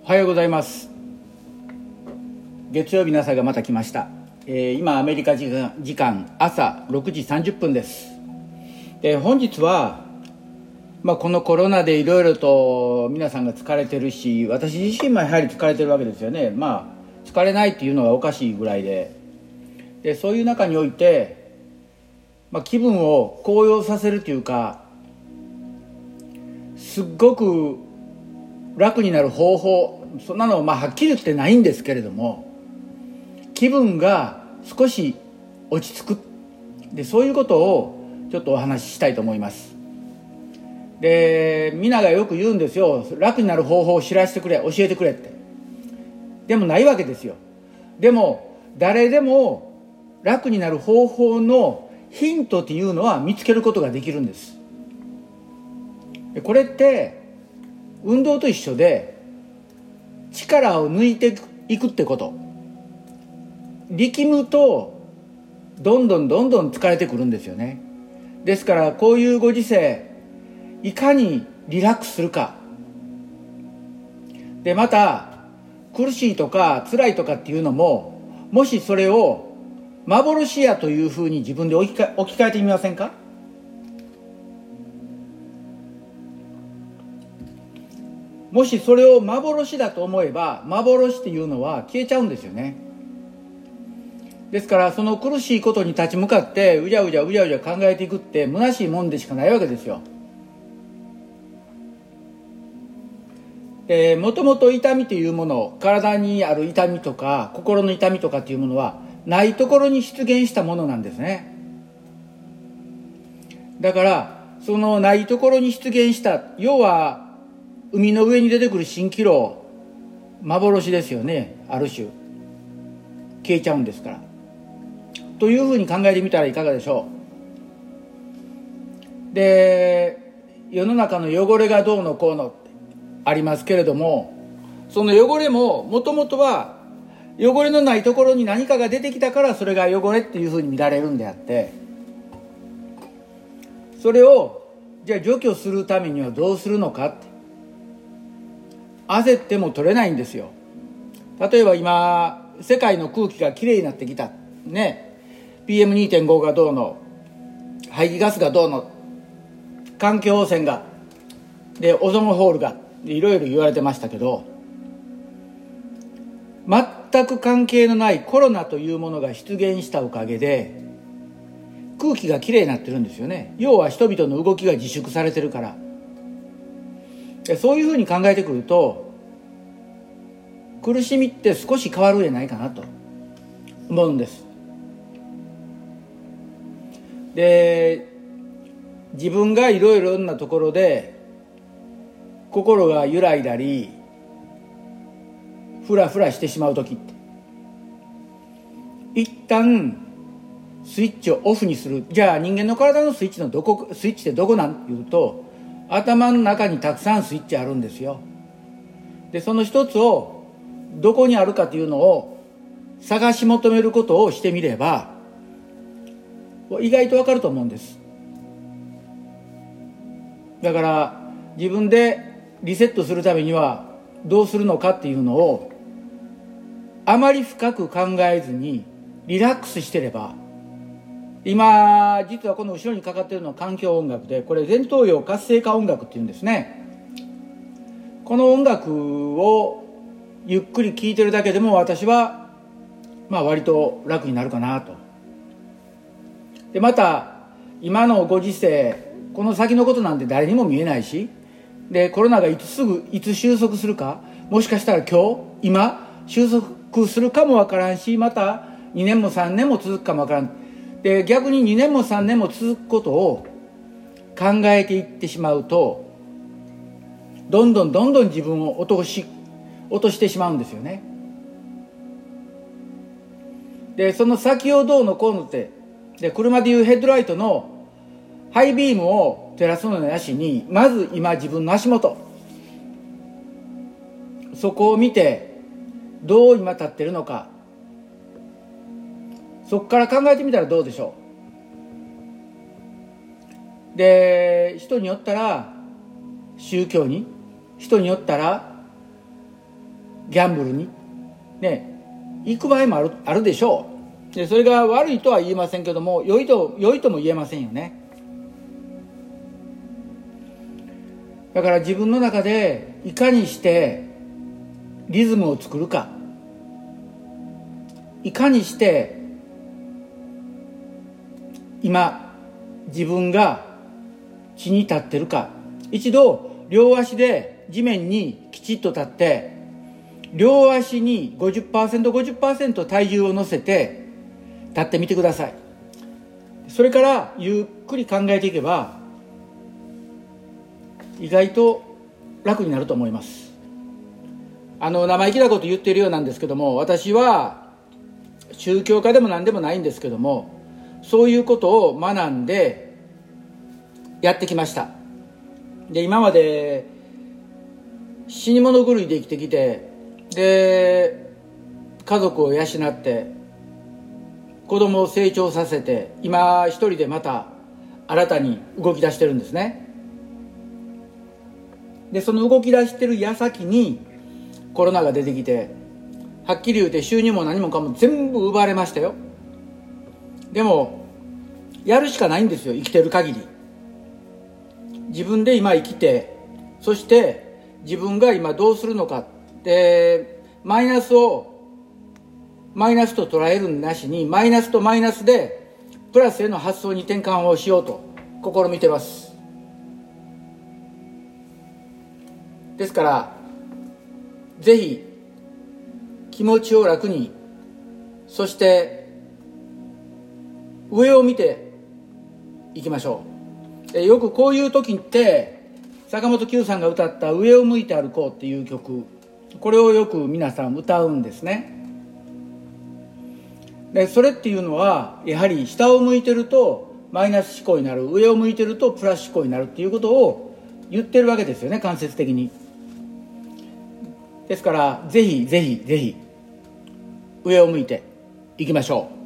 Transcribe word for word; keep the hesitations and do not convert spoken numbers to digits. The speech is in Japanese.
おはようございます。月曜日の朝がまた来ました。えー、今アメリカ時間、時間朝ろくじさんじゅっぷんです。で本日は、まあ、このコロナでいろいろと皆さんが疲れてるし、私自身もやはり疲れてるわけですよね。まあ疲れないっていうのがおかしいぐらいで、でそういう中において、まあ、気分を高揚させるというか、すっごく楽になる方法、そんなのまあはっきり言ってないんですけれども、気分が少し落ち着く、でそういうことをちょっとお話ししたいと思います。で皆がよく言うんですよ。楽になる方法を知らせてくれ、教えてくれって。でもないわけですよ。でも誰でも楽になる方法のヒントっていうのは見つけることができるんです。でこれって運動と一緒で、力を抜いていくってこと。力むとどんどんどんどん疲れてくるんですよね。ですからこういうご時世、いかにリラックスするかで、また苦しいとか辛いとかっていうのも、もしそれを幻やというふうに自分で置きか置き換えてみませんか。もしそれを幻だと思えば、幻っていうのは消えちゃうんですよね。ですからその苦しいことに立ち向かってうじゃうじゃうじゃうじゃ考えていくって虚しいもんでしかないわけですよ。でもともと痛みというもの、体にある痛みとか心の痛みとかっていうものはないところに出現したものなんですね。だからそのないところに出現した、要は海の上に出てくる蜃気楼、幻ですよね。ある種消えちゃうんですから、というふうに考えてみたらいかがでしょう。で世の中の汚れがどうのこうのってありますけれども、その汚れももともとは汚れのないところに何かが出てきたから、それが汚れっていうふうに見られるんであって、それをじゃあ除去するためにはどうするのかって、焦っても取れないんですよ。例えば今世界の空気がきれいになってきたね、 ピーエムにてんご がどうの、排気ガスがどうの、環境汚染がで、オゾンホールがいろいろ言われてましたけど、全く関係のないコロナというものが出現したおかげで空気がきれいになってるんですよね。要は人々の動きが自粛されてるから。そういうふうに考えてくると、苦しみって少し変わるんじゃないかなと思うんです。で自分がいろいろなところで心が揺らいだりフラフラしてしまう時って、一旦スイッチをオフにする。じゃあ人間の体のスイッチのどこ、スイッチってどこなんていうと、頭の中にたくさんスイッチあるんですよ。でその一つをどこにあるかというのを探し求めることをしてみれば、意外とわかると思うんです。だから自分でリセットするためにはどうするのかっていうのをあまり深く考えずにリラックスしてれば、今実はこの後ろにかかっているのは環境音楽で、これ前頭葉活性化音楽っていうんですね。この音楽をゆっくり聴いてるだけでも私はまあ割と楽になるかなと。でまた今のご時世、この先のことなんて誰にも見えないし、でコロナがいつすぐいつ収束するか、もしかしたら今日今収束するかもわからんし、またにねんもさんねんも続くかもわからん。で逆ににねんもさんねんも続くことを考えていってしまうと、どんどんどんどん自分を落とし落としてしまうんですよね。でその先をどうのこうのって、で車でいうヘッドライトのハイビームを照らすのなしに、まず今自分の足元、そこを見てどう今立ってるのか、そこから考えてみたらどうでしょう。で人によったら宗教に、人によったらギャンブルにね行く場合もある、あるでしょう。でそれが悪いとは言いませんけども、良いと良いとも言えませんよね。だから自分の中でいかにしてリズムを作るか、いかにして今自分が地に立ってるか、一度両足で地面にきちっと立って、両足に ごじゅっパーセントごじゅっパーセント 体重を乗せて立ってみてください。それからゆっくり考えていけば意外と楽になると思います。あの生意気なこと言っているようなんですけども、私は宗教家でも何でもないんですけども、そういうことを学んでやってきました。で今まで死に物狂いで生きてきて、で家族を養って子供を成長させて、今一人でまた新たに動き出してるんですね。でその動き出してる矢先にコロナが出てきて、はっきり言うて収入も何もかも全部奪われましたよ。でもやるしかないんですよ、生きてる限り。自分で今生きて、そして自分が今どうするのかで、マイナスをマイナスと捉えるんなしに、マイナスとマイナスでプラスへの発想に転換をしようと試みてます。ですからぜひ気持ちを楽に、そして上を見ていきましょう。よくこういう時って坂本九さんが歌った上を向いて歩こうっていう曲、これをよく皆さん歌うんですね。でそれっていうのはやはり下を向いてるとマイナス思考になる、上を向いてるとプラス思考になるっていうことを言ってるわけですよね、間接的に。ですからぜひぜひぜひ上を向いていきましょう。